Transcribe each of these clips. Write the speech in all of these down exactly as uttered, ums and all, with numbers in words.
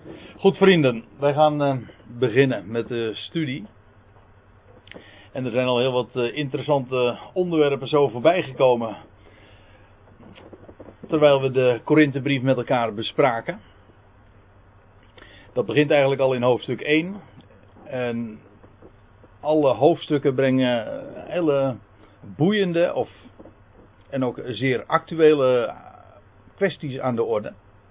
Goed vrienden, wij gaan uh, beginnen met de studie. En er zijn al heel wat uh, interessante onderwerpen zo voorbij gekomen. Terwijl we de Korinthebrief met elkaar bespraken. Dat begint eigenlijk al in hoofdstuk één. En alle hoofdstukken brengen hele boeiende of, en ook zeer actuele kwesties aan de orde.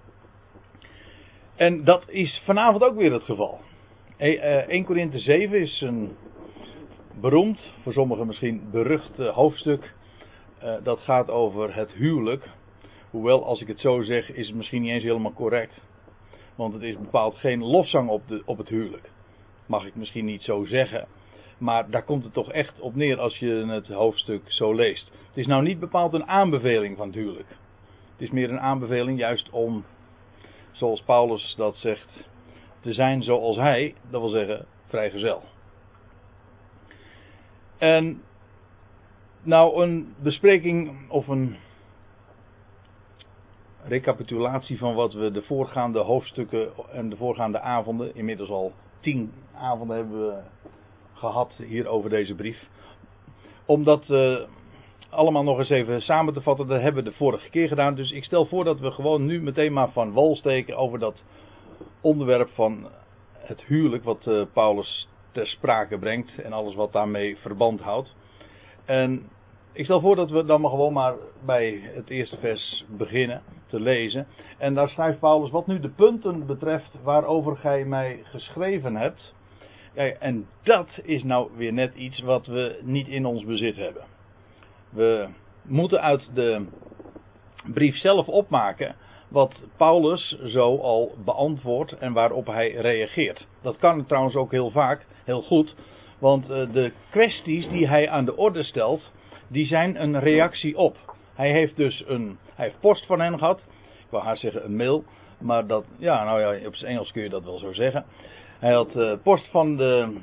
En dat is vanavond ook weer het geval. Eerste Korinthe zeven is een beroemd, voor sommigen misschien berucht hoofdstuk. Dat gaat over het huwelijk. Hoewel, als ik het zo zeg, is het misschien niet eens helemaal correct. Want het is bepaald geen lofzang op, de, op het huwelijk. Mag ik misschien niet zo zeggen. Maar daar komt het toch echt op neer als je het hoofdstuk zo leest. Het is nou niet bepaald een aanbeveling van het huwelijk. Het is meer een aanbeveling juist om, zoals Paulus dat zegt, te zijn zoals hij, dat wil zeggen vrijgezel. En nou een bespreking of een recapitulatie van wat we de voorgaande hoofdstukken en de voorgaande avonden, inmiddels al tien avonden hebben we gehad hier over deze brief. Om dat uh, allemaal nog eens even samen te vatten, dat hebben we de vorige keer gedaan. Dus ik stel voor dat we gewoon nu meteen maar van wal steken over dat onderwerp van het huwelijk wat uh, Paulus ter sprake brengt en alles wat daarmee verband houdt. En ik stel voor dat we dan maar gewoon maar bij het eerste vers beginnen te lezen. En daar schrijft Paulus: wat nu de punten betreft waarover gij mij geschreven hebt. Ja, en dat is nou weer net iets wat we niet in ons bezit hebben. We moeten uit de brief zelf opmaken wat Paulus zo al beantwoordt en waarop hij reageert. Dat kan trouwens ook heel vaak, heel goed. Want de kwesties die hij aan de orde stelt, die zijn een reactie op. Hij heeft dus een, hij heeft post van hen gehad. Ik wou haast zeggen een mail. Maar dat, ja, nou ja, op zijn Engels kun je dat wel zo zeggen. Hij had uh, post van de,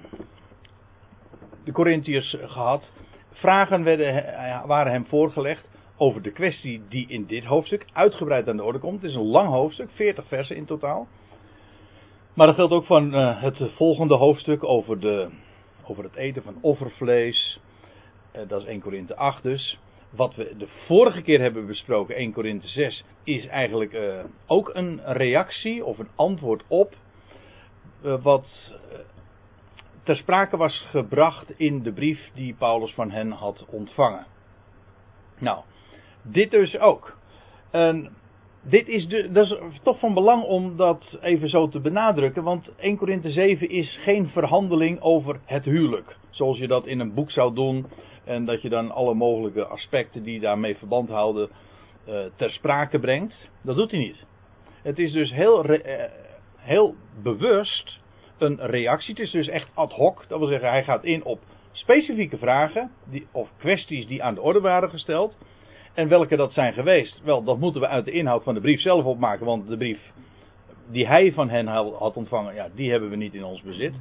de Korintiërs gehad. Vragen werden, waren hem voorgelegd over de kwestie die in dit hoofdstuk uitgebreid aan de orde komt. Het is een lang hoofdstuk, veertig versen in totaal. Maar dat geldt ook van uh, het volgende hoofdstuk over, de, over het eten van offervlees. Uh, dat is Eerste Korinthe acht dus. Wat we de vorige keer hebben besproken, Eerste Korinthe zes, is eigenlijk uh, ook een reactie of een antwoord op uh, wat uh, ter sprake was gebracht in de brief die Paulus van hen had ontvangen. Nou, dit dus ook. En dit is, de, dat is toch van belang om dat even zo te benadrukken, want Eerste Korinthe zeven is geen verhandeling over het huwelijk. Zoals je dat in een boek zou doen en dat je dan alle mogelijke aspecten die daarmee verband houden uh, ter sprake brengt. Dat doet hij niet. Het is dus heel, re, uh, heel bewust een reactie. Het is dus echt ad hoc. Dat wil zeggen, hij gaat in op specifieke vragen die, of kwesties die aan de orde waren gesteld. En welke dat zijn geweest, wel, dat moeten we uit de inhoud van de brief zelf opmaken. Want de brief die hij van hen had ontvangen, ja, die hebben we niet in ons bezit.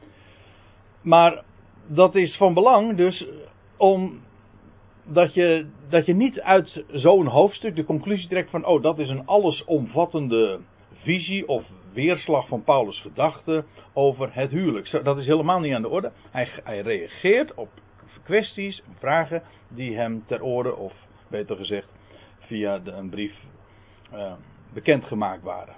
Maar dat is van belang dus om dat je, dat je niet uit zo'n hoofdstuk de conclusie trekt van, oh, dat is een allesomvattende visie of weerslag van Paulus' gedachten over het huwelijk. Dat is helemaal niet aan de orde. Hij, hij reageert op kwesties, vragen die hem ter orde, of beter gezegd via de, een brief uh, bekendgemaakt waren.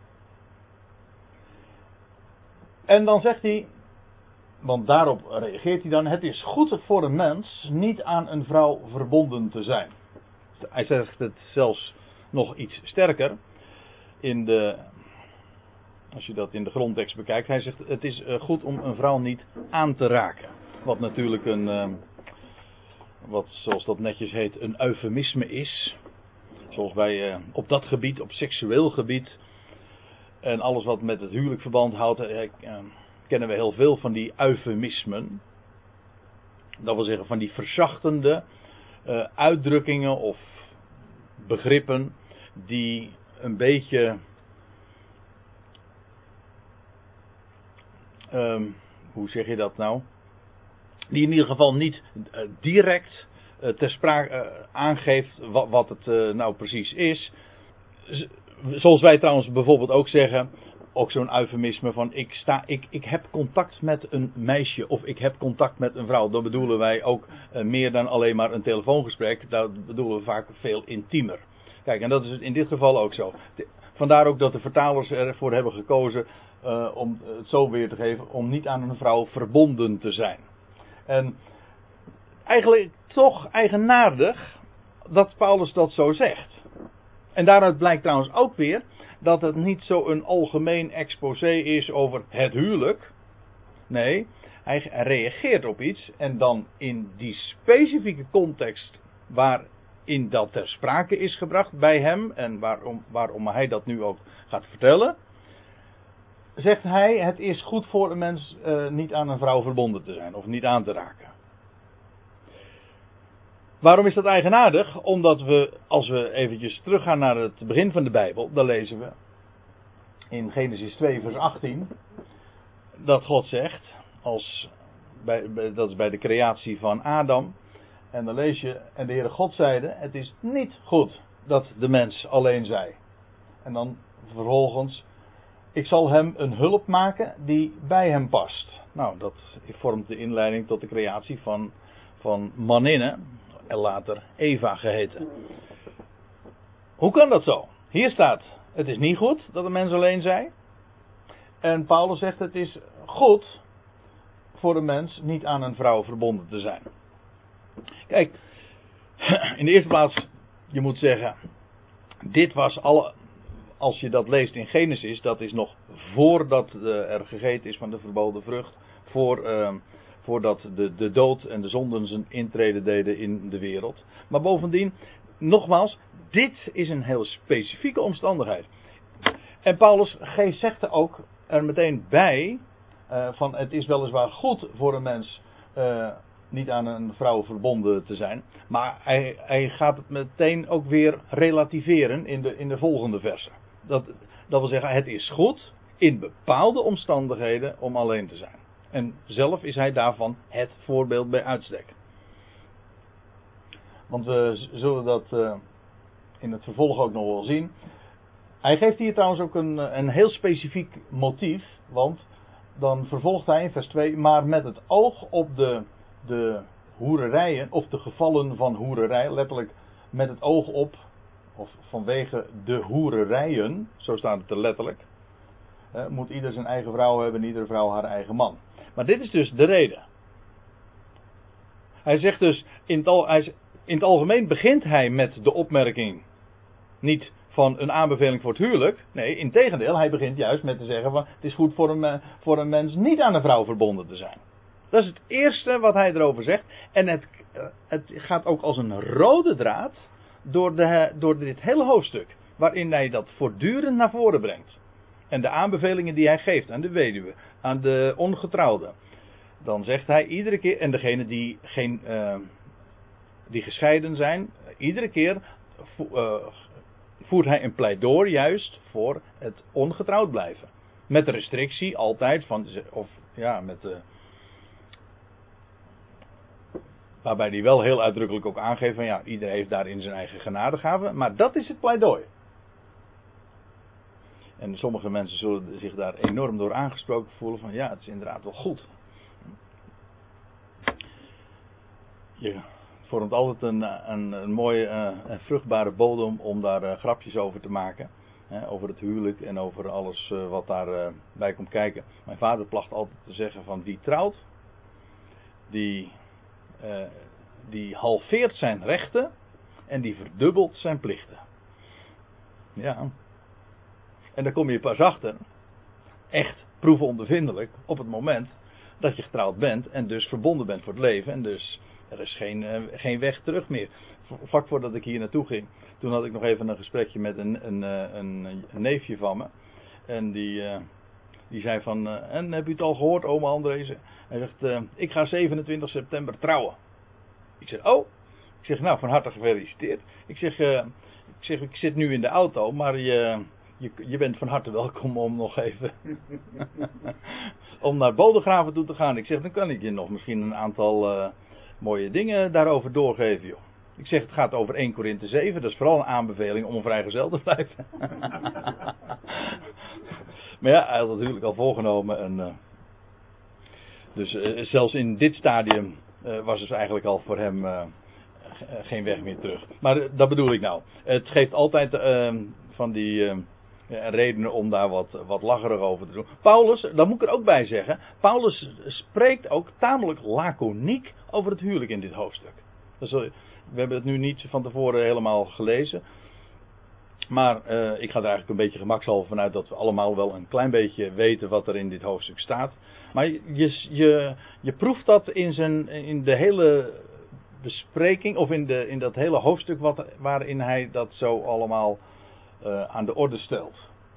En dan zegt hij, want daarop reageert hij dan: het is goed voor een mens niet aan een vrouw verbonden te zijn. Hij zegt het zelfs nog iets sterker in de, als je dat in de grondtekst bekijkt. Hij zegt het is goed om een vrouw niet aan te raken. Wat natuurlijk een, uh, wat zoals dat netjes heet, een eufemisme is. Zoals wij uh, op dat gebied, op seksueel gebied en alles wat met het huwelijk verband houdt, uh, uh, kennen we heel veel van die eufemismen. Dat wil zeggen van die verzachtende uh, uitdrukkingen of begrippen die een beetje, um, hoe zeg je dat nou? Die in ieder geval niet uh, direct uh, ter sprake uh, aangeeft wat, wat het uh, nou precies is. Z- zoals wij trouwens bijvoorbeeld ook zeggen, ook zo'n eufemisme van ik, sta, ik, ik heb contact met een meisje of ik heb contact met een vrouw. Dan bedoelen wij ook uh, meer dan alleen maar een telefoongesprek. Dat bedoelen we vaak veel intiemer. Kijk, en dat is in dit geval ook zo. De, vandaar ook dat de vertalers ervoor hebben gekozen uh, om het zo weer te geven, om niet aan een vrouw verbonden te zijn. En eigenlijk toch eigenaardig dat Paulus dat zo zegt. En daaruit blijkt trouwens ook weer dat het niet zo een algemeen exposé is over het huwelijk. Nee, hij reageert op iets en dan in die specifieke context waarin dat ter sprake is gebracht bij hem en waarom, waarom hij dat nu ook gaat vertellen, zegt hij: het is goed voor een mens uh, niet aan een vrouw verbonden te zijn of niet aan te raken. Waarom is dat eigenaardig? Omdat we, als we eventjes teruggaan naar het begin van de Bijbel, dan lezen we in Genesis twee vers achttien, dat God zegt, als bij, bij, dat is bij de creatie van Adam, en dan lees je, en de Heere God zeide, het is niet goed dat de mens alleen zij. En dan vervolgens, ik zal hem een hulp maken die bij hem past. Nou, dat vormt de inleiding tot de creatie van, van Manninne, en later Eva geheten. Hoe kan dat zo? Hier staat, het is niet goed dat de mens alleen zij. En Paulus zegt, het is goed voor de mens niet aan een vrouw verbonden te zijn. Kijk, in de eerste plaats, je moet zeggen, dit was alle, als je dat leest in Genesis, dat is nog voordat er gegeten is van de verboden vrucht, voor, uh, voordat de, de dood en de zonden zijn intrede deden in de wereld. Maar bovendien, nogmaals, dit is een heel specifieke omstandigheid. En Paulus geeft, zegt er ook er meteen bij, uh, van het is weliswaar goed voor een mens uh, niet aan een vrouw verbonden te zijn, maar hij, hij gaat het meteen ook weer relativeren in de, in de volgende versen. Dat, dat wil zeggen, het is goed in bepaalde omstandigheden om alleen te zijn. En zelf is hij daarvan het voorbeeld bij uitstek. Want we zullen dat uh, in het vervolg ook nog wel zien. Hij geeft hier trouwens ook een, een heel specifiek motief. Want dan vervolgt hij in vers twee. Maar met het oog op de, de hoererijen. Of de gevallen van hoererij. Letterlijk met het oog op. Of vanwege de hoererijen. Zo staat het er letterlijk. Uh, moet ieder zijn eigen vrouw hebben. En iedere vrouw haar eigen man. Maar dit is dus de reden. Hij zegt dus. In het, al, hij, in het algemeen begint hij met de opmerking. Niet van een aanbeveling voor het huwelijk. Nee, integendeel, hij begint juist met te zeggen van het is goed voor een, voor een mens niet aan een vrouw verbonden te zijn. Dat is het eerste wat hij erover zegt. En het, het gaat ook als een rode draad door, de, door dit hele hoofdstuk. Waarin hij dat voortdurend naar voren brengt. En de aanbevelingen die hij geeft aan de weduwe, aan de ongetrouwde. Dan zegt hij iedere keer, en degene die, geen, uh, die gescheiden zijn, iedere keer Uh, voert hij een pleidooi juist voor het ongetrouwd blijven. Met de restrictie altijd van, of ja, met de, waarbij hij wel heel uitdrukkelijk ook aangeeft van ja, iedereen heeft daarin zijn eigen genadegave, maar dat is het pleidooi. En sommige mensen zullen zich daar enorm door aangesproken voelen van ja, het is inderdaad wel goed. Ja. Het vormt altijd een, een, een mooie en uh, vruchtbare bodem om daar uh, grapjes over te maken. Hè, over het huwelijk en over alles uh, wat daarbij uh, bij komt kijken. Mijn vader placht altijd te zeggen van wie trouwt, die, uh, die halveert zijn rechten en die verdubbelt zijn plichten. Ja. En dan kom je pas achter, echt proefondervindelijk, op het moment dat je getrouwd bent en dus verbonden bent voor het leven en dus er is geen, uh, geen weg terug meer. Vlak voordat ik hier naartoe ging, toen had ik nog even een gesprekje met een, een, een, een neefje van me. En die, uh, die zei van, uh, en heb u het al gehoord, oma André? Hij zegt, uh, ik ga zevenentwintig september trouwen. Ik zeg, oh. Ik zeg, nou, van harte gefeliciteerd. Ik zeg, uh, ik zeg, ik zit nu in de auto, maar je, je, je bent van harte welkom om nog even om naar Bodegraven toe te gaan. Ik zeg, dan kan ik je nog misschien een aantal Uh, mooie dingen daarover doorgeven, joh. Ik zeg, het gaat over Eerste Korinthe zeven. Dat is vooral een aanbeveling om een vrijgezel te blijven. Maar ja, hij had het natuurlijk al voorgenomen. En, uh, dus uh, zelfs in dit stadium uh, was het eigenlijk al voor hem uh, geen weg meer terug. Maar uh, dat bedoel ik nou. Het geeft altijd uh, van die uh, redenen om daar wat, wat lacherig over te doen. Paulus, daar moet ik er ook bij zeggen. Paulus spreekt ook tamelijk laconiek over het huwelijk in dit hoofdstuk. Dus, uh, we hebben het nu niet van tevoren helemaal gelezen. Maar uh, ik ga er eigenlijk een beetje gemakshalve vanuit dat we allemaal wel een klein beetje weten wat er in dit hoofdstuk staat. Maar je, je, je proeft dat in, zijn, in de hele bespreking, of in, de, in dat hele hoofdstuk wat, waarin hij dat zo allemaal uh, aan de orde stelt.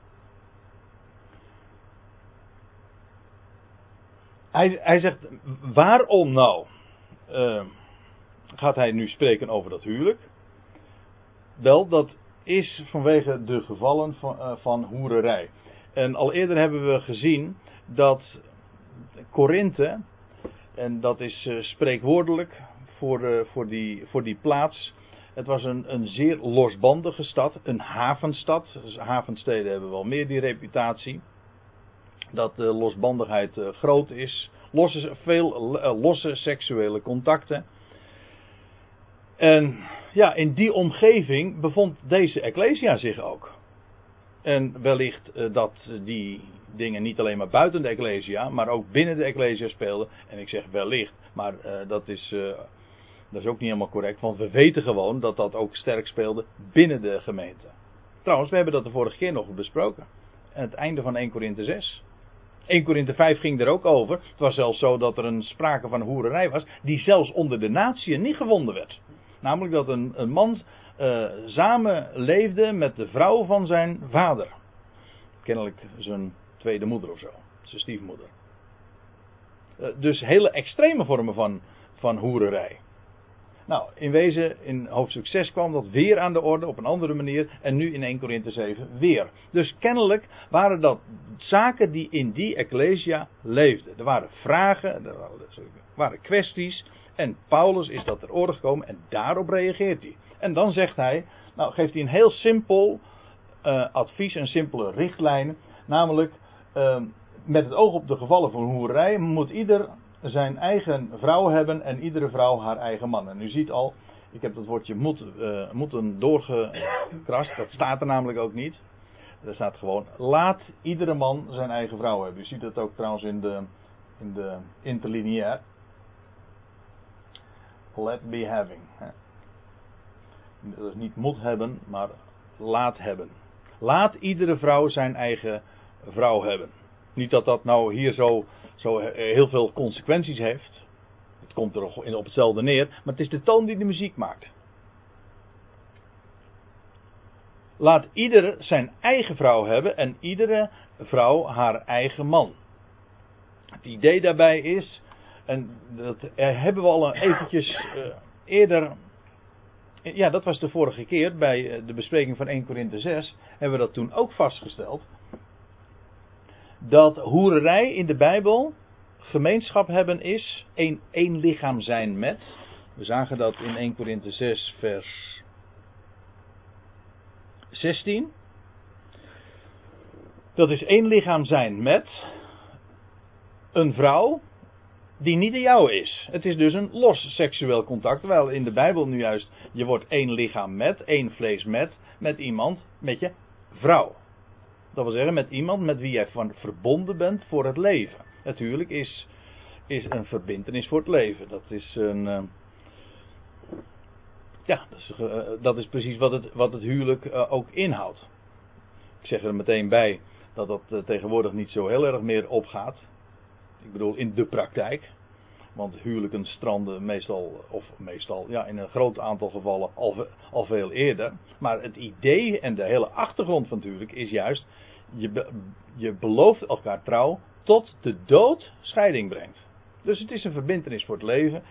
Hij, hij zegt, waarom nou uh, gaat hij nu spreken over dat huwelijk? Wel, dat is vanwege de gevallen van, uh, van hoererij. En al eerder hebben we gezien dat Korinthe, en dat is uh, spreekwoordelijk voor, uh, voor, die, voor die plaats. Het was een, een zeer losbandige stad, een havenstad. Dus havensteden hebben wel meer die reputatie. Dat de losbandigheid uh, groot is. Losse, veel uh, losse seksuele contacten. En ja, in die omgeving bevond deze Ecclesia zich ook. En wellicht uh, dat die dingen niet alleen maar buiten de Ecclesia, maar ook binnen de Ecclesia speelden. En ik zeg wellicht, maar uh, dat, is, uh, dat is ook niet helemaal correct, want we weten gewoon dat dat ook sterk speelde binnen de gemeente. Trouwens, we hebben dat de vorige keer nog besproken. Aan het einde van Eerste Korinthe zes. Eerste Korinthe vijf ging er ook over. Het was zelfs zo dat er een sprake van hoererij was, die zelfs onder de natieën niet gevonden werd. Namelijk dat een, een man uh, samen leefde met de vrouw van zijn vader. Kennelijk zijn tweede moeder of zo. Zijn stiefmoeder. Uh, dus hele extreme vormen van, van hoererij. Nou, in wezen, in hoofdstuk zes kwam dat weer aan de orde op een andere manier. En nu in Eerste Korinthe zeven weer. Dus kennelijk waren dat zaken die in die Ecclesia leefden. Er waren vragen, er waren kwesties. En Paulus is dat ter orde gekomen en daarop reageert hij. En dan zegt hij, nou geeft hij een heel simpel uh, advies, een simpele richtlijn. Namelijk, uh, met het oog op de gevallen van hoerij moet ieder zijn eigen vrouw hebben en iedere vrouw haar eigen man. En u ziet al, ik heb dat woordje moet, uh, moeten doorgekrast, dat staat er namelijk ook niet. Er staat gewoon, laat iedere man zijn eigen vrouw hebben. U ziet dat ook trouwens in de, in de interlineair. Let be having. Dat is niet moet hebben, maar laat hebben. Laat iedere vrouw zijn eigen vrouw hebben. Niet dat dat nou hier zo, zo heel veel consequenties heeft. Het komt er op hetzelfde neer. Maar het is de toon die de muziek maakt. Laat ieder zijn eigen vrouw hebben en iedere vrouw haar eigen man. Het idee daarbij is, en dat hebben we al eventjes uh, eerder, ja dat was de vorige keer bij de bespreking van Eerste Korinthe zes, hebben we dat toen ook vastgesteld. Dat hoererij in de Bijbel gemeenschap hebben is, één, één lichaam zijn met. We zagen dat in Eerste Korinthe zes vers zestien. Dat is één lichaam zijn met een vrouw die niet de jouwe is. Het is dus een los seksueel contact. Terwijl in de Bijbel nu juist, je wordt één lichaam met, één vlees met, met iemand, met je vrouw. Dat wil zeggen met iemand met wie jij van verbonden bent voor het leven. Het huwelijk is, is een verbintenis voor het leven. Dat is een... Uh, ja, dat is, uh, dat is precies wat het, wat het huwelijk uh, ook inhoudt. Ik zeg er meteen bij dat dat uh, tegenwoordig niet zo heel erg meer opgaat. Ik bedoel in de praktijk. Want huwelijken stranden meestal, of meestal, ja in een groot aantal gevallen al, al veel eerder. Maar het idee en de hele achtergrond van het huwelijk is juist, je, be, je belooft elkaar trouw tot de dood scheiding brengt. Dus het is een verbintenis voor het leven.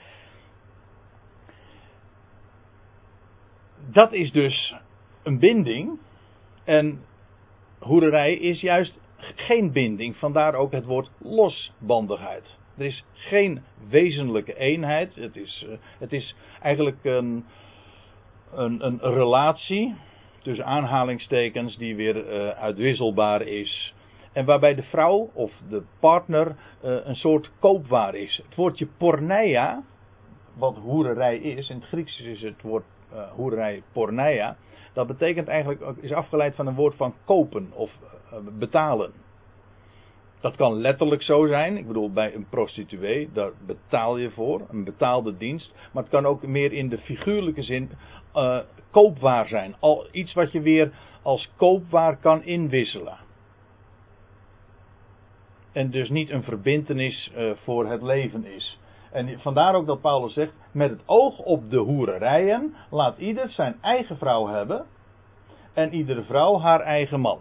Dat is dus een binding. En hoererij is juist geen binding. Vandaar ook het woord losbandigheid. Er is geen wezenlijke eenheid. Het is, uh, het is eigenlijk een, een, een relatie tussen aanhalingstekens die weer uh, uitwisselbaar is. En waarbij de vrouw of de partner uh, een soort koopwaar is. Het woordje porneia, wat hoererij is, in het Grieks is het woord uh, hoererij porneia. Dat betekent eigenlijk, is afgeleid van een woord van kopen of uh, betalen. Dat kan letterlijk zo zijn. Ik bedoel, bij een prostituee, daar betaal je voor. Een betaalde dienst. Maar het kan ook meer in de figuurlijke zin uh, koopwaar zijn. Al iets wat je weer als koopwaar kan inwisselen. En dus niet een verbintenis uh, voor het leven is. En vandaar ook dat Paulus zegt, met het oog op de hoererijen, laat ieder zijn eigen vrouw hebben. En iedere vrouw haar eigen man.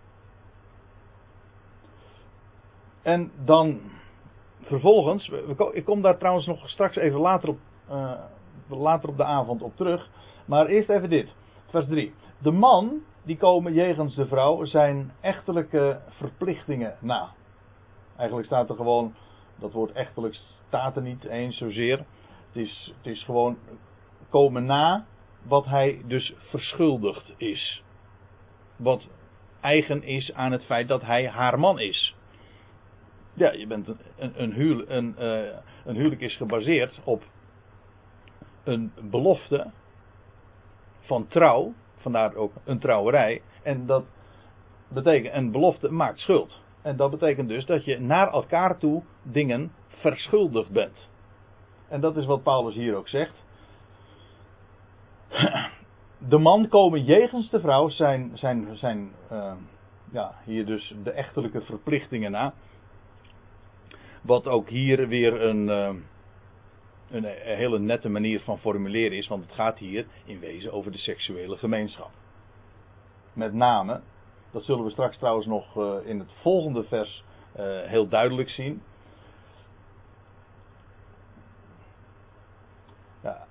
En dan vervolgens, ik kom daar trouwens nog straks even later op, uh, later op de avond op terug. Maar eerst even dit, vers drie. De man, die komen jegens de vrouw zijn echtelijke verplichtingen na. Eigenlijk staat er gewoon, dat woord echtelijk staat er niet eens zozeer. Het is, het is gewoon komen na wat hij dus verschuldigd is. Wat eigen is aan het feit dat hij haar man is. Ja, je bent een, een, een, huwelijk, een, uh, een huwelijk is gebaseerd op een belofte van trouw, vandaar ook een trouwerij. En dat betekent, een belofte maakt schuld. En dat betekent dus dat je naar elkaar toe dingen verschuldigd bent. En dat is wat Paulus hier ook zegt. De man komen jegens de vrouw zijn, zijn, zijn uh, ja, hier dus de echtelijke verplichtingen na. Wat ook hier weer een, uh, een hele nette manier van formuleren is. Want het gaat hier in wezen over de seksuele gemeenschap. Met name, dat zullen we straks trouwens nog uh, in het volgende vers uh, heel duidelijk zien. Ja.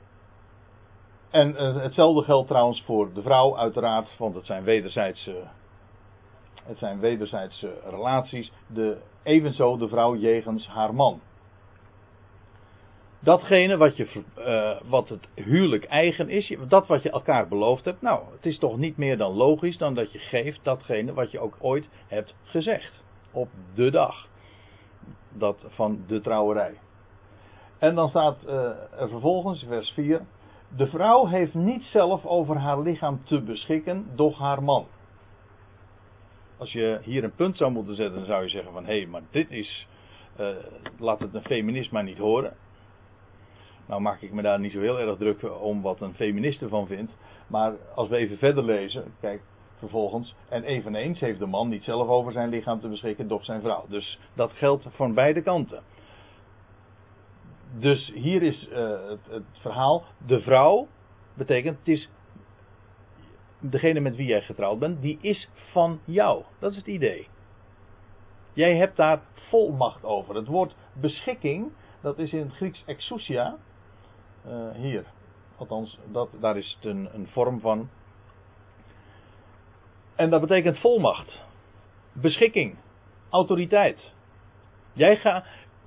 En uh, hetzelfde geldt trouwens voor de vrouw uiteraard. Want het zijn wederzijdse, het zijn wederzijdse relaties. De, evenzo de vrouw jegens haar man. Datgene wat, je, uh, wat het huwelijk eigen is, dat wat je elkaar beloofd hebt. Nou, het is toch niet meer dan logisch dan dat je geeft datgene wat je ook ooit hebt gezegd. Op de dag. Dat van de trouwerij. En dan staat uh, er vervolgens, vers vier. De vrouw heeft niet zelf over haar lichaam te beschikken, doch haar man. Als je hier een punt zou moeten zetten, dan zou je zeggen van, hé, hey, maar dit is, uh, laat het een feminist maar niet horen. Nou maak ik me daar niet zo heel erg druk om wat een feminist ervan vindt. Maar als we even verder lezen, kijk, vervolgens. En eveneens heeft de man niet zelf over zijn lichaam te beschikken, doch zijn vrouw. Dus dat geldt van beide kanten. Dus hier is uh, het, het verhaal. De vrouw betekent, het is degene met wie jij getrouwd bent, die is van jou. Dat is het idee. Jij hebt daar volmacht over. Het woord beschikking, dat is in het Grieks exousia. Uh, hier. Althans, dat, daar is het een, een vorm van. En dat betekent volmacht. Beschikking. Autoriteit. Jij gaat.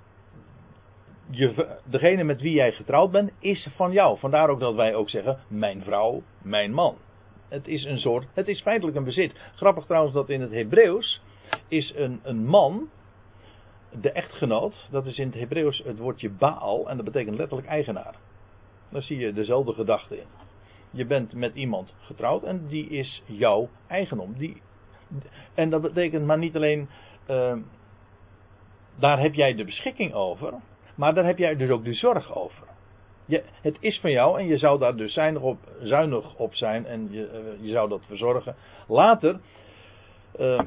Je, degene met wie jij getrouwd bent, is van jou. Vandaar ook dat wij ook zeggen, mijn vrouw, mijn man. Het is een soort, het is feitelijk een bezit. Grappig trouwens dat in het Hebreeuws is een, een man, de echtgenoot, dat is in het Hebreeuws het woordje Baal en dat betekent letterlijk eigenaar. Daar zie je dezelfde gedachte in. Je bent met iemand getrouwd en die is jouw eigendom. Die, en dat betekent maar niet alleen, uh, daar heb jij de beschikking over, maar daar heb jij dus ook de zorg over. Je, het is van jou en je zou daar dus zuinig op, zuinig op zijn en je, uh, je zou dat verzorgen. Later, uh,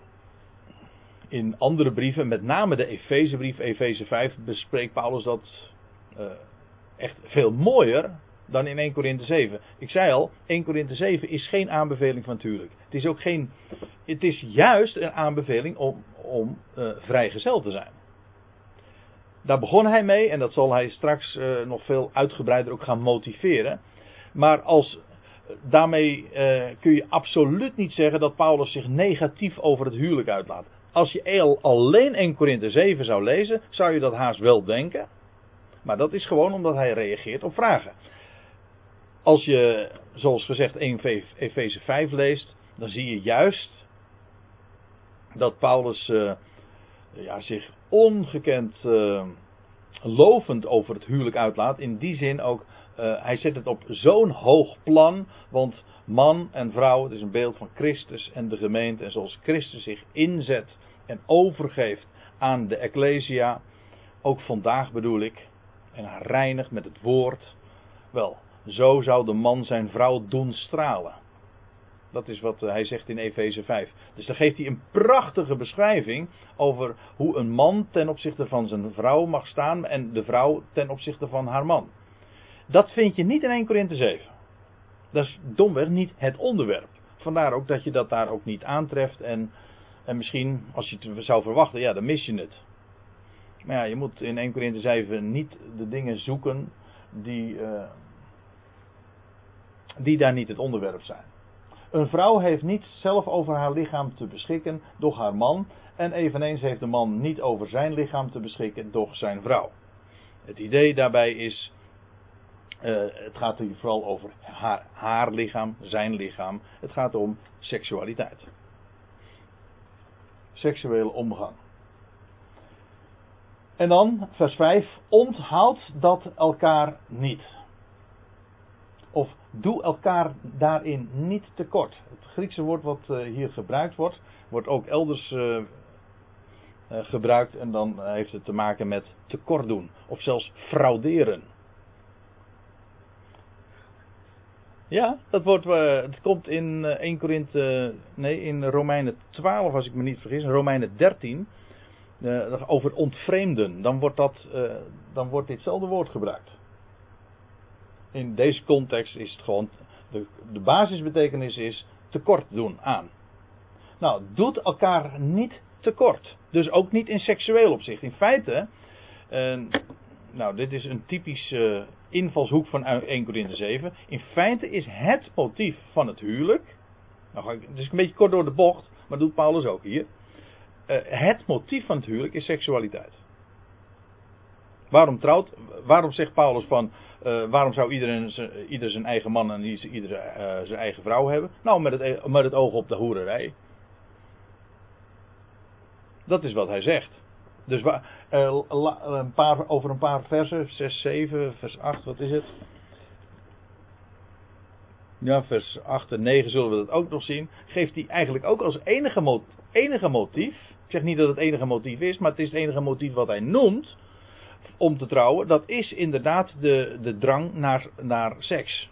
in andere brieven, met name de Efezebrief, Efeze vijf, bespreekt Paulus dat uh, echt veel mooier dan in Eerste Korinthe zeven. Ik zei al, Eerste Korinthe zeven is geen aanbeveling van het huwelijk. Het is ook geen, het is juist een aanbeveling om, om uh, vrijgezel te zijn. Daar begon hij mee en dat zal hij straks uh, nog veel uitgebreider ook gaan motiveren. Maar als, daarmee uh, kun je absoluut niet zeggen dat Paulus zich negatief over het huwelijk uitlaat. Als je alleen Eerste Korinthe zeven zou lezen, zou je dat haast wel denken. Maar dat is gewoon omdat hij reageert op vragen. Als je, zoals gezegd, Efeze vijf leest, dan zie je juist dat Paulus uh, ja, zich ongekend uh, lovend over het huwelijk uitlaat. In die zin ook, uh, hij zet het op zo'n hoog plan, want man en vrouw, het is een beeld van Christus en de gemeente. En zoals Christus zich inzet en overgeeft aan de Ecclesia, ook vandaag bedoel ik, en haar reinigt met het woord, wel, zo zou de man zijn vrouw doen stralen. Dat is wat hij zegt in Efeze vijf. Dus dan geeft hij een prachtige beschrijving over hoe een man ten opzichte van zijn vrouw mag staan en de vrouw ten opzichte van haar man. Dat vind je niet in Eerste Korinthe zeven. Dat is domweg niet het onderwerp. Vandaar ook dat je dat daar ook niet aantreft en, en misschien als je het zou verwachten, ja, dan mis je het. Maar ja, je moet in Eerste Korinthe zeven niet de dingen zoeken die, uh, die daar niet het onderwerp zijn. Een vrouw heeft niet zelf over haar lichaam te beschikken, doch haar man. En eveneens heeft de man niet over zijn lichaam te beschikken, doch zijn vrouw. Het idee daarbij is, uh, het gaat hier vooral over haar, haar lichaam, zijn lichaam. Het gaat om seksualiteit. Seksuele omgang. En dan, vers vijf, onthoud dat elkaar niet. Of doe elkaar daarin niet tekort. Het Griekse woord wat uh, hier gebruikt wordt, wordt ook elders uh, uh, gebruikt. En dan uh, heeft het te maken met tekort doen. Of zelfs frauderen. Ja, dat wordt, uh, het komt in uh, Eerste Korinthe, uh, nee, in Romeinen twaalf, als ik me niet vergis, Romeinen dertien. Uh, over ontvreemden. Dan wordt, dat, uh, dan wordt ditzelfde woord gebruikt. In deze context is het gewoon, de, de basisbetekenis is tekort doen aan. Nou, doet elkaar niet tekort. Dus ook niet in seksueel opzicht. In feite, uh, nou dit is een typische uh, invalshoek van Eerste Korinthe zeven. In feite is het motief van het huwelijk, nou ga ik, het is een beetje kort door de bocht, maar dat doet Paulus ook hier. Uh, het motief van het huwelijk is seksualiteit. Waarom trouwt? Waarom zegt Paulus van, uh, waarom zou iedereen, ieder zijn eigen man en ieder uh, zijn eigen vrouw hebben? Nou, met het, met het oog op de hoererij. Dat is wat hij zegt. Dus uh, een paar, over een paar versen, zes, zeven, vers acht, wat is het? Ja, vers acht en negen zullen we dat ook nog zien. Geeft hij eigenlijk ook als enige, mot, enige motief. Ik zeg niet dat het enige motief is, maar het is het enige motief wat hij noemt om te trouwen. Dat is inderdaad de, de drang naar, naar seks.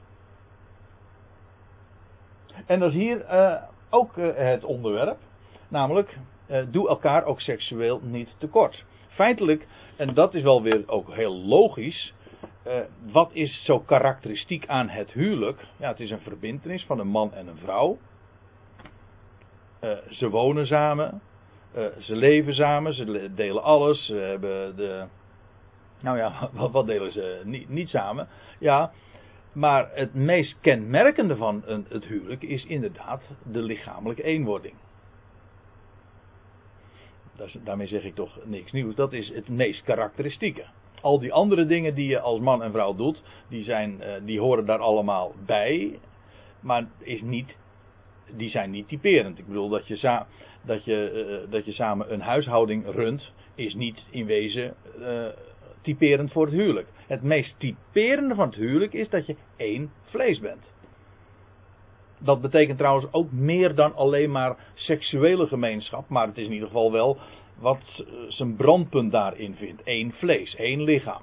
En dat is hier uh, ook uh, het onderwerp. Namelijk, uh, doe elkaar ook seksueel niet tekort. Feitelijk, en dat is wel weer ook heel logisch. Uh, wat is zo karakteristiek aan het huwelijk? Ja, het is een verbintenis van een man en een vrouw. Uh, ze wonen samen. Uh, ze leven samen. Ze delen alles. Ze hebben de... Nou ja, wat, wat delen ze niet, niet samen? Ja, maar het meest kenmerkende van een, het huwelijk is inderdaad de lichamelijke eenwording. Dat, daarmee zeg ik toch niks nieuws. Dat is het meest karakteristieke. Al die andere dingen die je als man en vrouw doet, die, zijn, die horen daar allemaal bij. Maar is niet, die zijn niet typerend. Ik bedoel, dat je, za, dat je, dat je samen een huishouding runt, is niet in wezen uh, typerend voor het huwelijk. Het meest typerende van het huwelijk is dat je één vlees bent. Dat betekent trouwens ook meer dan alleen maar seksuele gemeenschap. Maar het is in ieder geval wel wat zijn brandpunt daarin vindt. Eén vlees, één lichaam.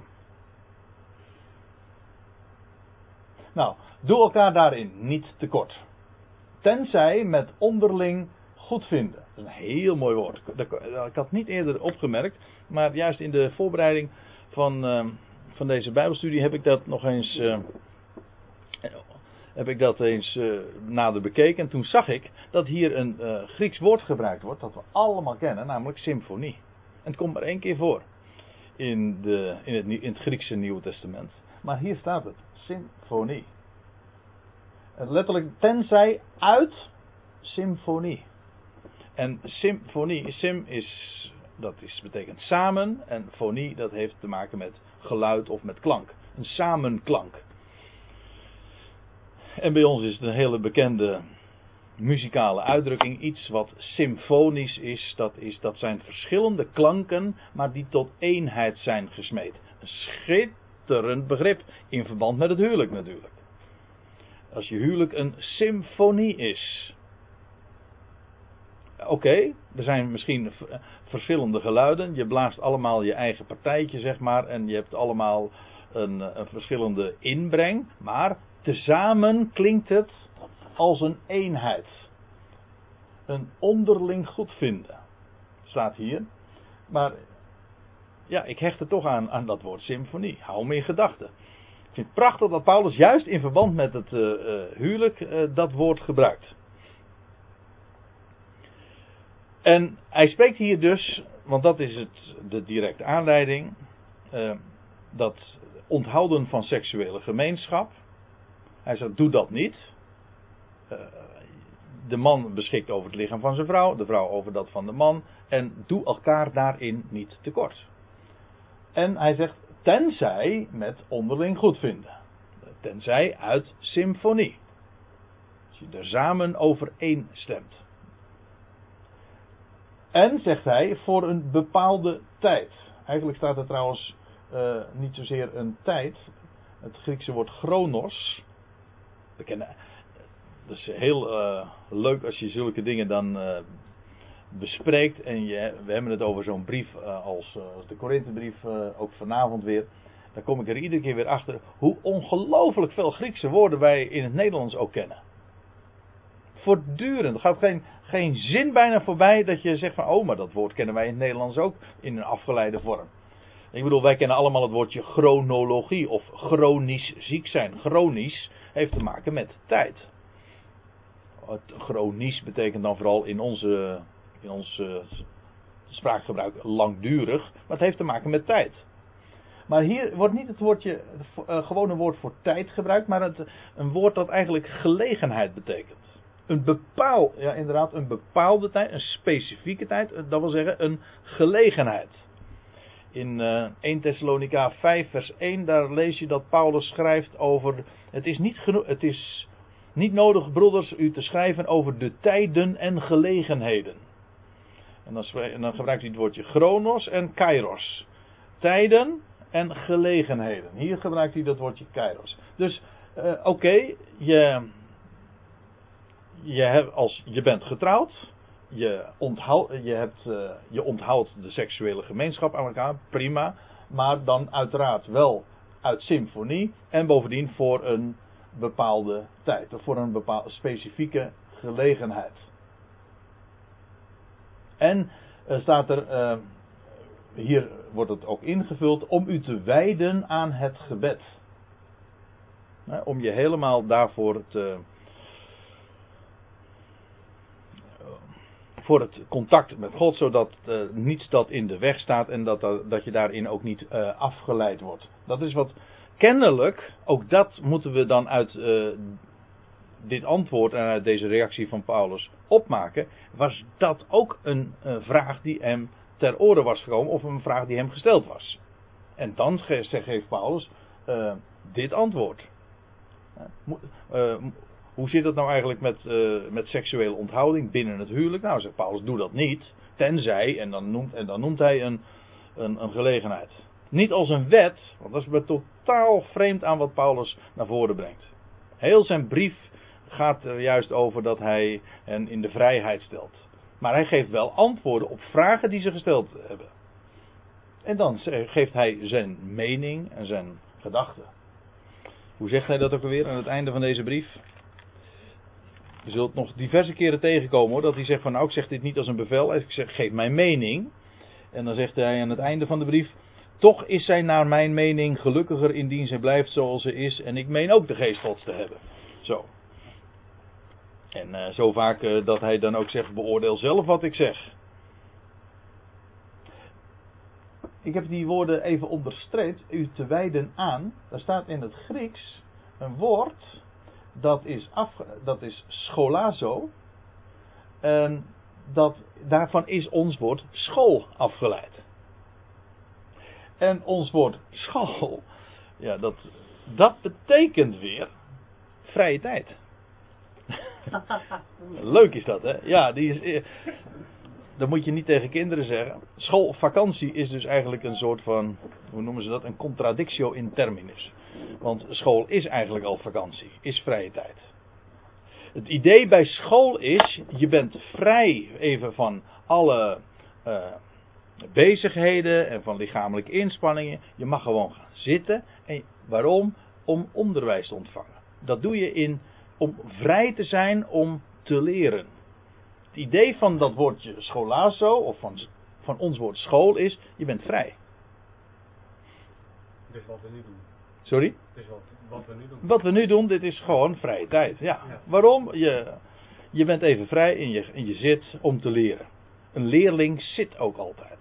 Nou, doe elkaar daarin niet tekort. Tenzij met onderling goedvinden. Dat is een heel mooi woord. Ik had het niet eerder opgemerkt. Maar juist in de voorbereiding van, uh, van deze Bijbelstudie heb ik dat nog eens... Uh, heb ik dat eens uh, nader bekeken. En toen zag ik dat hier een uh, Grieks woord gebruikt wordt. Dat we allemaal kennen. Namelijk symfonie. En het komt maar één keer voor. In, de, in, het, in het Griekse Nieuwe Testament. Maar hier staat het. Symfonie. Letterlijk tenzij uit symfonie. En symfonie. Sim is. Dat is, betekent samen. En fonie dat heeft te maken met geluid of met klank. Een samenklank. En bij ons is het een hele bekende muzikale uitdrukking, iets wat symfonisch is. Dat is, dat zijn verschillende klanken, maar die tot eenheid zijn gesmeed. Een schitterend begrip in verband met het huwelijk natuurlijk. Als je huwelijk een symfonie is. Oké, okay, er zijn misschien verschillende geluiden. Je blaast allemaal je eigen partijtje, zeg maar. En je hebt allemaal een, een verschillende inbreng. Maar tezamen klinkt het als een eenheid. Een onderling goedvinden. Staat hier. Maar ja, ik hecht er toch aan, aan dat woord symfonie. Hou me in gedachten. Ik vind het prachtig dat Paulus juist in verband met het uh, uh, huwelijk uh, dat woord gebruikt. En hij spreekt hier dus, want dat is het, de directe aanleiding, uh, dat onthouden van seksuele gemeenschap. Hij zegt, doe dat niet. Uh, de man beschikt over het lichaam van zijn vrouw, de vrouw over dat van de man. En doe elkaar daarin niet tekort. En hij zegt, tenzij met onderling goedvinden. Tenzij uit symfonie. Als je er samen overeen stemt. En, zegt hij, voor een bepaalde tijd. Eigenlijk staat er trouwens uh, niet zozeer een tijd. Het Griekse woord chronos. We kennen, dat is heel uh, leuk als je zulke dingen dan uh, bespreekt. En je, we hebben het over zo'n brief uh, als, uh, als de Korinthebrief, uh, ook vanavond weer. Dan kom ik er iedere keer weer achter hoe ongelooflijk veel Griekse woorden wij in het Nederlands ook kennen. Voortdurend. Er gaat geen, geen zin bijna voorbij dat je zegt van, oh, maar dat woord kennen wij in het Nederlands ook in een afgeleide vorm. Ik bedoel, wij kennen allemaal het woordje chronologie of chronisch ziek zijn. Chronisch heeft te maken met tijd. Het chronisch betekent dan vooral in onze, in ons uh, spraakgebruik langdurig, maar het heeft te maken met tijd. Maar hier wordt niet het woordje, uh, gewone woord voor tijd gebruikt, maar het, een woord dat eigenlijk gelegenheid betekent. Een bepaal, ja inderdaad, een bepaalde tijd, een specifieke tijd, dat wil zeggen een gelegenheid. In uh, eerste Thessalonica vijf vers één, daar lees je dat Paulus schrijft over, het is niet geno- het is niet nodig, broeders, u te schrijven over de tijden en gelegenheden. En dan, en dan gebruikt hij het woordje chronos en kairos. Tijden en gelegenheden. Hier gebruikt hij dat woordje kairos. Dus, uh, oké, okay, je... Je, hebt als, je bent getrouwd, je, onthoud, je, hebt, uh, je onthoudt de seksuele gemeenschap aan elkaar, prima. Maar dan uiteraard wel uit symfonie en bovendien voor een bepaalde tijd. Of voor een bepaalde specifieke gelegenheid. En uh, staat er, uh, hier wordt het ook ingevuld, om u te wijden aan het gebed. Uh, om je helemaal daarvoor te... Voor het contact met God, zodat uh, niets dat in de weg staat en dat, dat je daarin ook niet uh, afgeleid wordt. Dat is wat kennelijk, ook dat moeten we dan uit uh, dit antwoord en uit deze reactie van Paulus opmaken. Was dat ook een uh, vraag die hem ter oren was gekomen of een vraag die hem gesteld was. En dan ge- geeft Paulus uh, dit antwoord. Uh, uh, Hoe zit het nou eigenlijk met, uh, met seksuele onthouding binnen het huwelijk? Nou, zegt Paulus, doe dat niet. Tenzij, en dan noemt, en dan noemt hij een, een, een gelegenheid. Niet als een wet, want dat is totaal vreemd aan wat Paulus naar voren brengt. Heel zijn brief gaat er juist over dat hij hen in de vrijheid stelt. Maar hij geeft wel antwoorden op vragen die ze gesteld hebben. En dan geeft hij zijn mening en zijn gedachten. Hoe zegt hij dat ook alweer aan het einde van deze brief? Je zult nog diverse keren tegenkomen hoor, dat hij zegt van nou ik zeg dit niet als een bevel, ik zeg geef mijn mening. En dan zegt hij aan het einde van de brief, toch is zij naar mijn mening gelukkiger indien zij blijft zoals ze is en ik meen ook de geest Gods te hebben. Zo. En uh, zo vaak uh, dat hij dan ook zegt beoordeel zelf wat ik zeg. Ik heb die woorden even onderstreept, u te wijden aan, daar staat in het Grieks een woord... Dat is, af, dat is scholazo. En dat, daarvan is ons woord school afgeleid. En ons woord school, ja, dat, dat betekent weer vrije tijd. Leuk is dat, hè? Ja, die is... Dat moet je niet tegen kinderen zeggen. Schoolvakantie is dus eigenlijk een soort van, hoe noemen ze dat? Een contradictio in terminus. Want school is eigenlijk al vakantie, is vrije tijd. Het idee bij school is, je bent vrij even van alle uh, bezigheden en van lichamelijke inspanningen. Je mag gewoon gaan zitten. En waarom? Om onderwijs te ontvangen. Dat doe je in, om vrij te zijn om te leren. Het idee van dat woordje scholazo, of van, van ons woord school is, je bent vrij. Dus wat we nu doen. Sorry? Dus wat, wat we nu doen. Wat we nu doen, dit is gewoon vrije tijd. Ja. Ja. Waarom? Je, je bent even vrij en je, en je zit om te leren. Een leerling zit ook altijd.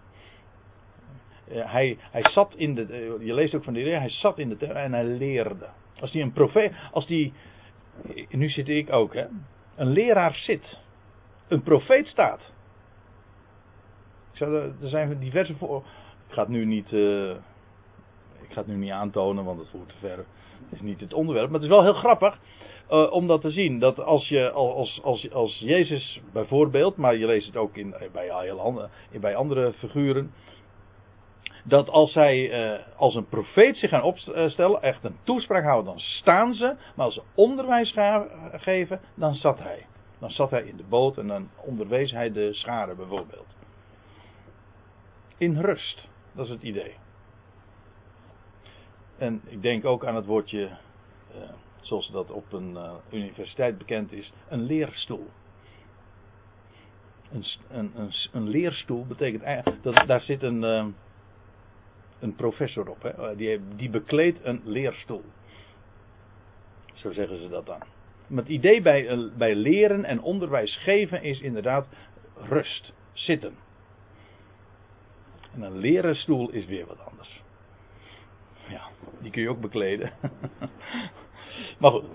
Hij, hij zat in de, je leest ook van die leer, hij zat in de term en hij leerde. Als die een profeet, als die, nu zit ik ook, hè. Een leraar zit. Een profeet staat. Ik zou, er zijn diverse voor. Ik ga het nu niet. Uh, ik ga het nu niet aantonen, want het voert te ver. Het is niet het onderwerp. Maar het is wel heel grappig uh, om dat te zien. Dat als je als, als, als Jezus bijvoorbeeld, maar je leest het ook in, bij, heel andere, bij andere figuren. Dat als zij uh, als een profeet zich gaan opstellen, echt een toespraak houden, dan staan ze. Maar als ze onderwijs gaan geven, dan zat hij. Dan zat hij in de boot en dan onderwees hij de scharen bijvoorbeeld. In rust. Dat is het idee. En ik denk ook aan het woordje, uh, zoals dat op een uh, universiteit bekend is, een leerstoel. Een, een, een, een leerstoel betekent eigenlijk, dat, daar zit een, uh, een professor op. Hè? Die, die bekleedt een leerstoel. Zo zeggen ze dat dan. Maar het idee bij, bij leren en onderwijs geven is inderdaad rust, zitten. En een lerenstoel is weer wat anders. Ja, die kun je ook bekleden. Maar goed.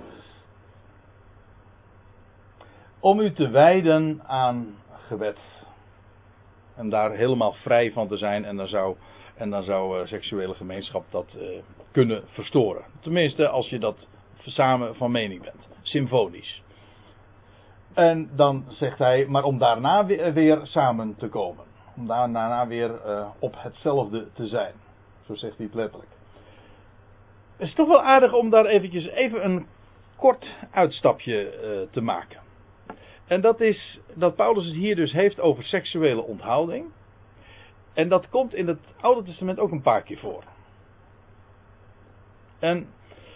Om u te wijden aan gebed. En daar helemaal vrij van te zijn. En dan zou, en dan zou uh, seksuele gemeenschap dat uh, kunnen verstoren. Tenminste als je dat samen van mening bent. Symfonisch. En dan zegt hij, maar om daarna weer, weer samen te komen. Om daarna weer uh, op hetzelfde te zijn. Zo zegt hij het letterlijk. Het is toch wel aardig om daar eventjes even een kort uitstapje uh, te maken. En dat is dat Paulus het hier dus heeft over seksuele onthouding. En dat komt in het Oude Testament ook een paar keer voor. En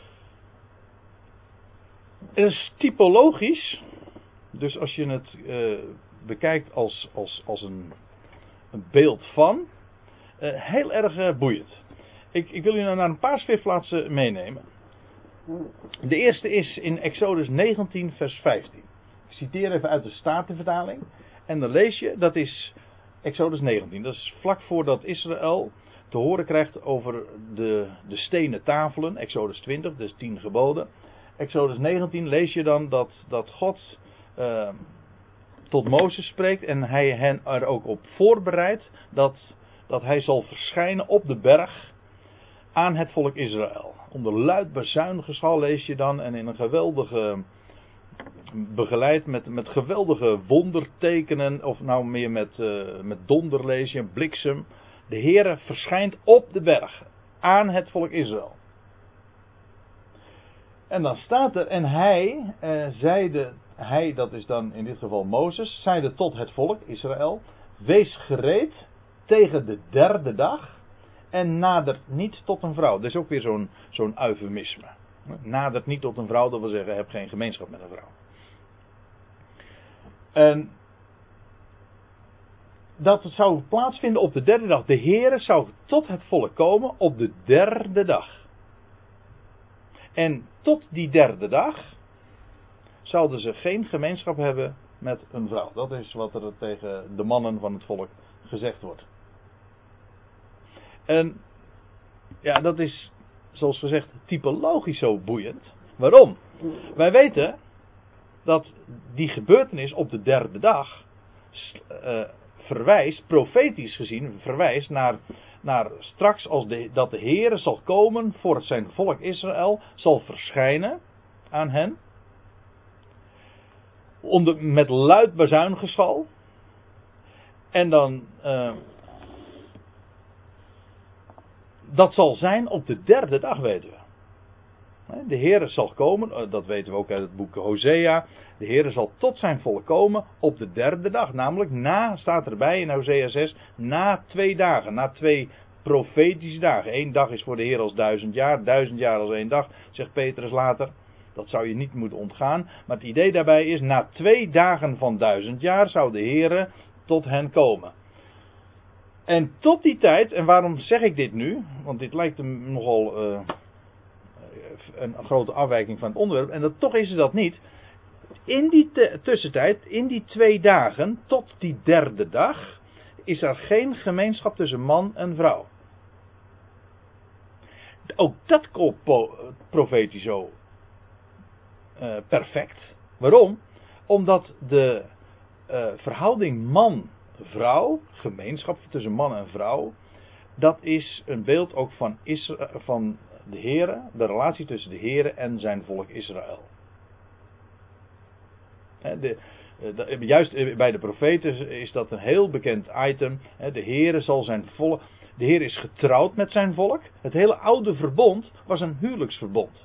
het is typologisch. Dus als je het uh, bekijkt als, als, als een, een beeld van. Uh, heel erg uh, boeiend. Ik, ik wil u nou naar een paar schriftplaatsen meenemen. De eerste is in Exodus negentien vers vijftien. Ik citeer even uit de Statenvertaling. En dan lees je, dat is Exodus negentien. Dat is vlak voordat Israël te horen krijgt over de, de stenen tafelen. Exodus twintig, dus tien geboden. Exodus negentien lees je dan dat, dat God uh, tot Mozes spreekt. En hij hen er ook op voorbereidt dat, dat hij zal verschijnen op de berg aan het volk Israël. Onder luid bazuingeschal lees je dan en in een geweldige, begeleid met, met geweldige wondertekenen, of nou meer met, uh, met donder lees je, bliksem. De Heere verschijnt op de berg aan het volk Israël. En dan staat er, en hij uh, zeide, hij dat is dan in dit geval Mozes, zeide tot het volk Israël, wees gereed tegen de derde dag. En nadert niet tot een vrouw. Dat is ook weer zo'n, zo'n eufemisme. Nadert niet tot een vrouw, dat wil zeggen, heb geen gemeenschap met een vrouw. En dat zou plaatsvinden op de derde dag. De Heere zou tot het volk komen op de derde dag. En tot die derde dag zouden ze geen gemeenschap hebben met een vrouw. Dat is wat er tegen de mannen van het volk gezegd wordt. En ja, dat is, zoals gezegd, typologisch zo boeiend. Waarom? Wij weten dat die gebeurtenis op de derde dag uh, verwijst, profetisch gezien, verwijst naar, naar straks als de, dat de Heere zal komen voor zijn volk Israël, zal verschijnen aan hen. onder, met luid bazuingeschal. En dan... Uh, dat zal zijn op de derde dag, weten we. De Heere zal komen, dat weten we ook uit het boek Hosea. De Heere zal tot zijn volk komen op de derde dag. Namelijk na, staat erbij in Hosea zes, na twee dagen. Na twee profetische dagen. Eén dag is voor de Heer als duizend jaar. Duizend jaar als één dag, zegt Petrus later. Dat zou je niet moeten ontgaan. Maar het idee daarbij is, na twee dagen van duizend jaar zou de Heere tot hen komen. En tot die tijd, en waarom zeg ik dit nu? Want dit lijkt hem nogal... Uh, een grote afwijking van het onderwerp. En dat, toch is het dat niet. In die te, tussentijd, in die twee dagen, tot die derde dag, is er geen gemeenschap tussen man en vrouw. Ook dat komt profetisch zo uh, perfect. Waarom? Omdat de uh, verhouding man-vrouw, gemeenschap tussen man en vrouw, dat is een beeld ook van, Isra- van de Heere, de relatie tussen de Heere en zijn volk Israël. De, de, juist bij de profeten is dat een heel bekend item. De Heere zal zijn volk. De Heer is getrouwd met zijn volk. Het hele oude verbond was een huwelijksverbond.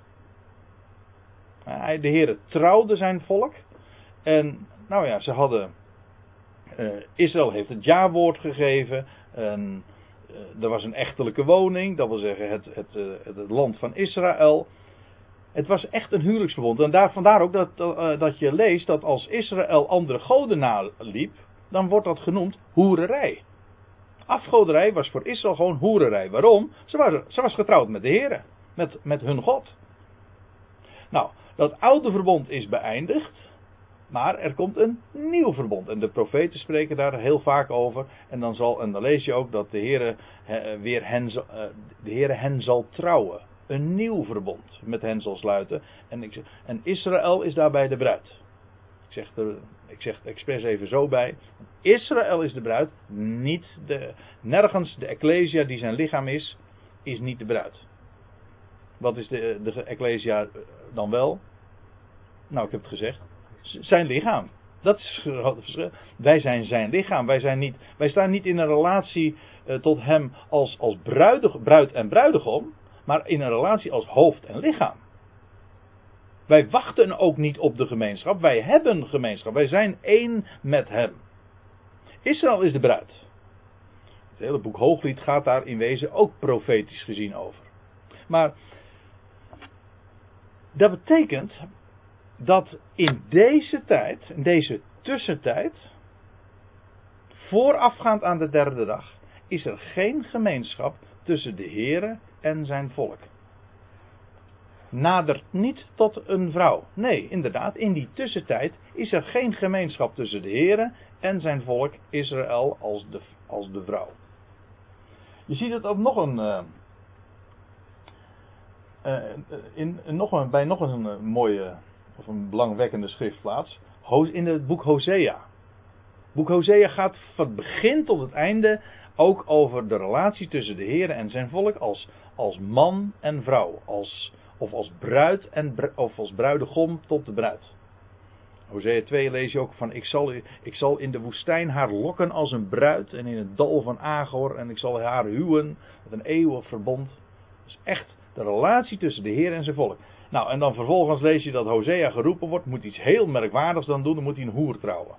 De Heere trouwde zijn volk. En nou ja, ze hadden. Uh, Israël heeft het jawoord gegeven. En, uh, er was een echtelijke woning. Dat wil zeggen het, het, uh, het land van Israël. Het was echt een huwelijksverbond. En daar, vandaar ook dat, uh, dat je leest dat als Israël andere goden naliep, dan wordt dat genoemd hoererij. Afgoderij was voor Israël gewoon hoererij. Waarom? Ze was, ze was getrouwd met de Heere. Met, met hun God. Nou, dat oude verbond is beëindigd. Maar er komt een nieuw verbond. En de profeten spreken daar heel vaak over. En dan, zal, en dan lees je ook dat de Heere, he, weer hen, uh, de Heere hen zal trouwen. Een nieuw verbond met hen zal sluiten. En, ik, en Israël is daarbij de bruid. Ik zeg, er, ik zeg het expres even zo bij. Israël is de bruid. Niet de, nergens de Ecclesia die zijn lichaam is, is niet de bruid. Wat is de, de Ecclesia dan wel? Nou, ik heb het gezegd. Zijn lichaam. Dat is het grote verschil. Wij zijn zijn lichaam. Wij, zijn niet, wij staan niet in een relatie uh, tot hem als, als bruidig, bruid en bruidegom. Maar in een relatie als hoofd en lichaam. Wij wachten ook niet op de gemeenschap. Wij hebben gemeenschap. Wij zijn één met hem. Israël is de bruid. Het hele boek Hooglied gaat daar in wezen ook profetisch gezien over. Maar dat betekent dat in deze tijd, in deze tussentijd, voorafgaand aan de derde dag, is er geen gemeenschap tussen de Heere en zijn volk. Nadert niet tot een vrouw. Nee, inderdaad, in die tussentijd is er geen gemeenschap tussen de Heere en zijn volk Israël als de, als de vrouw. Je ziet het ook nog een, uh, uh, in, in nog een, bij nog een uh, mooie of een belangwekkende schriftplaats. In het boek Hosea. Het boek Hosea gaat van het begin tot het einde ook over de relatie tussen de Heere en zijn volk als, als man en vrouw. Als, of als bruid en of als bruidegom tot de bruid. Hosea twee lees je ook van ik zal, ik zal in de woestijn haar lokken als een bruid en in het dal van Agor en ik zal haar huwen met een eeuwig verbond. Dat is echt de relatie tussen de Heer en zijn volk. Nou, en dan vervolgens lees je dat Hosea geroepen wordt, moet iets heel merkwaardigs dan doen, dan moet hij een hoer trouwen.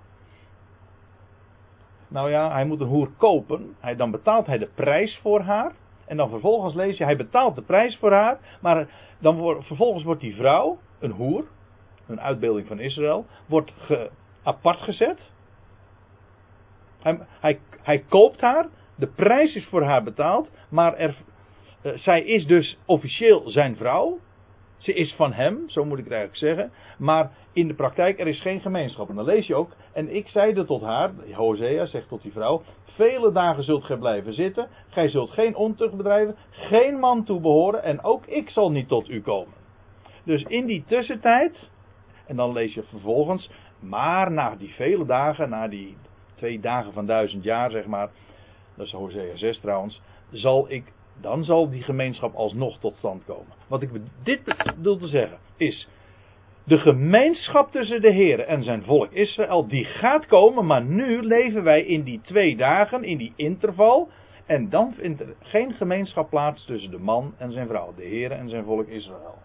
Nou ja, hij moet een hoer kopen, hij, dan betaalt hij de prijs voor haar. En dan vervolgens lees je, hij betaalt de prijs voor haar, maar dan wordt, vervolgens wordt die vrouw, een hoer, een uitbeelding van Israël, wordt ge, apart gezet. Hij, hij, hij koopt haar, de prijs is voor haar betaald, maar er, uh, zij is dus officieel zijn vrouw. Ze is van hem, zo moet ik het eigenlijk zeggen. Maar in de praktijk, er is geen gemeenschap. En dan lees je ook. En ik zeide tot haar, Hosea zegt tot die vrouw. Vele dagen zult gij blijven zitten. Gij zult geen ontucht bedrijven. Geen man toebehoren. En ook ik zal niet tot u komen. Dus in die tussentijd. En dan lees je vervolgens. Maar na die vele dagen. Na die twee dagen van duizend jaar zeg maar. Dat is Hosea zes trouwens. Zal ik... Dan zal die gemeenschap alsnog tot stand komen. Wat ik dit bedoel te zeggen is. De gemeenschap tussen de Heer en zijn volk Israël, die gaat komen, maar nu leven wij in die twee dagen, in die interval. En dan vindt er geen gemeenschap plaats tussen de man en zijn vrouw, de Heer en zijn volk Israël.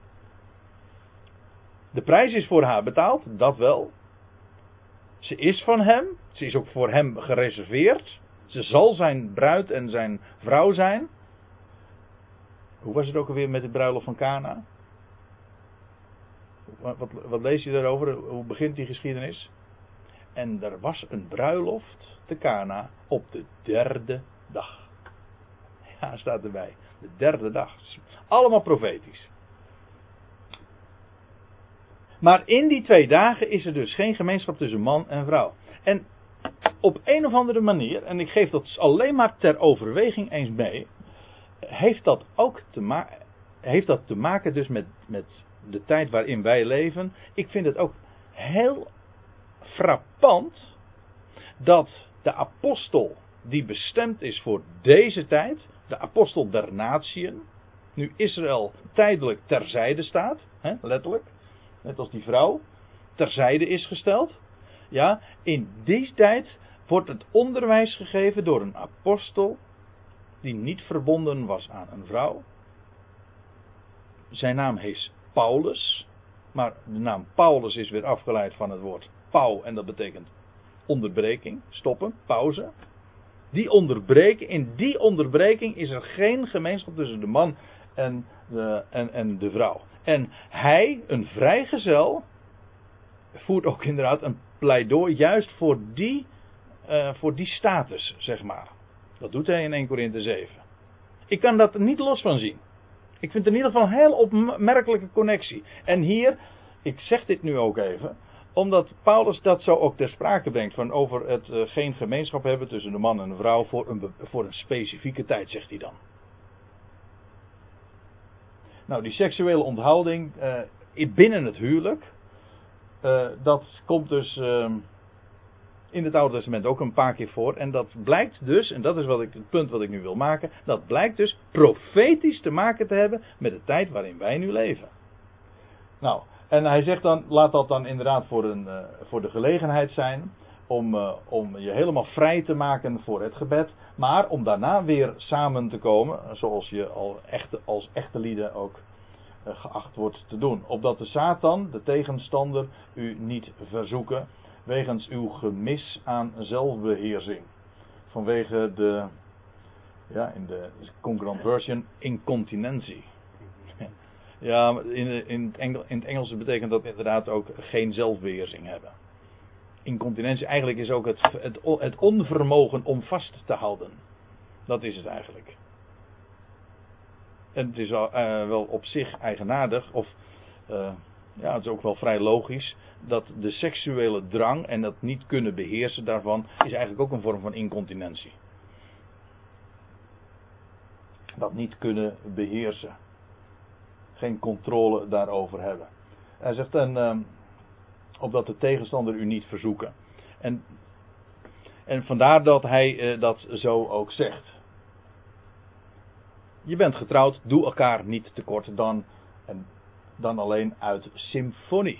De prijs is voor haar betaald, dat wel. Ze is van hem, ze is ook voor hem gereserveerd. Ze zal zijn bruid en zijn vrouw zijn. Hoe was het ook alweer met de bruiloft van Kana? Wat, wat, wat lees je daarover? Hoe begint die geschiedenis? En er was een bruiloft te Kana op de derde dag. Ja, staat erbij. De derde dag. Allemaal profetisch. Maar in die twee dagen is er dus geen gemeenschap tussen man en vrouw. En op een of andere manier, en ik geef dat alleen maar ter overweging eens mee, heeft dat ook te, ma- heeft dat te maken dus met, met de tijd waarin wij leven. Ik vind het ook heel frappant dat de apostel die bestemd is voor deze tijd, de apostel der natieën, nu Israël tijdelijk terzijde staat, hè, letterlijk, net als die vrouw, terzijde is gesteld. Ja, in die tijd wordt het onderwijs gegeven door een apostel die niet verbonden was aan een vrouw. Zijn naam heet Paulus, maar de naam Paulus is weer afgeleid van het woord pau en dat betekent onderbreking, stoppen, pauze. Die onderbreking, in die onderbreking is er geen gemeenschap tussen de man en de, en, en de vrouw. En hij, een vrijgezel, voert ook inderdaad een pleidooi juist voor die, uh, voor die status, zeg maar. Dat doet hij in Eerste Korinthe zeven. Ik kan dat er niet los van zien. Ik vind in ieder geval een heel opmerkelijke connectie. En hier, ik zeg dit nu ook even, omdat Paulus dat zo ook ter sprake brengt, van over het uh, geen gemeenschap hebben tussen de man en de vrouw voor een, voor een specifieke tijd, zegt hij dan. Nou, die seksuele onthouding uh, binnen het huwelijk, uh, dat komt dus uh, in het Oude Testament ook een paar keer voor. En dat blijkt dus, en dat is wat ik, het punt wat ik nu wil maken, dat blijkt dus profetisch te maken te hebben met de tijd waarin wij nu leven. Nou, en hij zegt dan, laat dat dan inderdaad voor, een, uh, voor de gelegenheid zijn om, uh, om je helemaal vrij te maken voor het gebed. Maar om daarna weer samen te komen, zoals je al echte, als echte lieden ook uh, geacht wordt te doen. Opdat de Satan, de tegenstander, u niet verzoeken wegens uw gemis aan zelfbeheersing. Vanwege de, ja, in de concurrent version, incontinentie. Ja, in, in, het Engel, in het Engels betekent dat inderdaad ook geen zelfbeheersing hebben. Incontinentie eigenlijk is ook het, het, het onvermogen om vast te houden. Dat is het eigenlijk. En het is al, uh, wel op zich eigenaardig, of uh, ja, het is ook wel vrij logisch, dat de seksuele drang en dat niet kunnen beheersen daarvan, is eigenlijk ook een vorm van incontinentie. Dat niet kunnen beheersen. Geen controle daarover hebben. Hij zegt dan, uh, opdat de tegenstander u niet verzoeken. En, en vandaar dat hij uh, dat zo ook zegt. Je bent getrouwd, doe elkaar niet tekort dan, en dan alleen uit symfonie.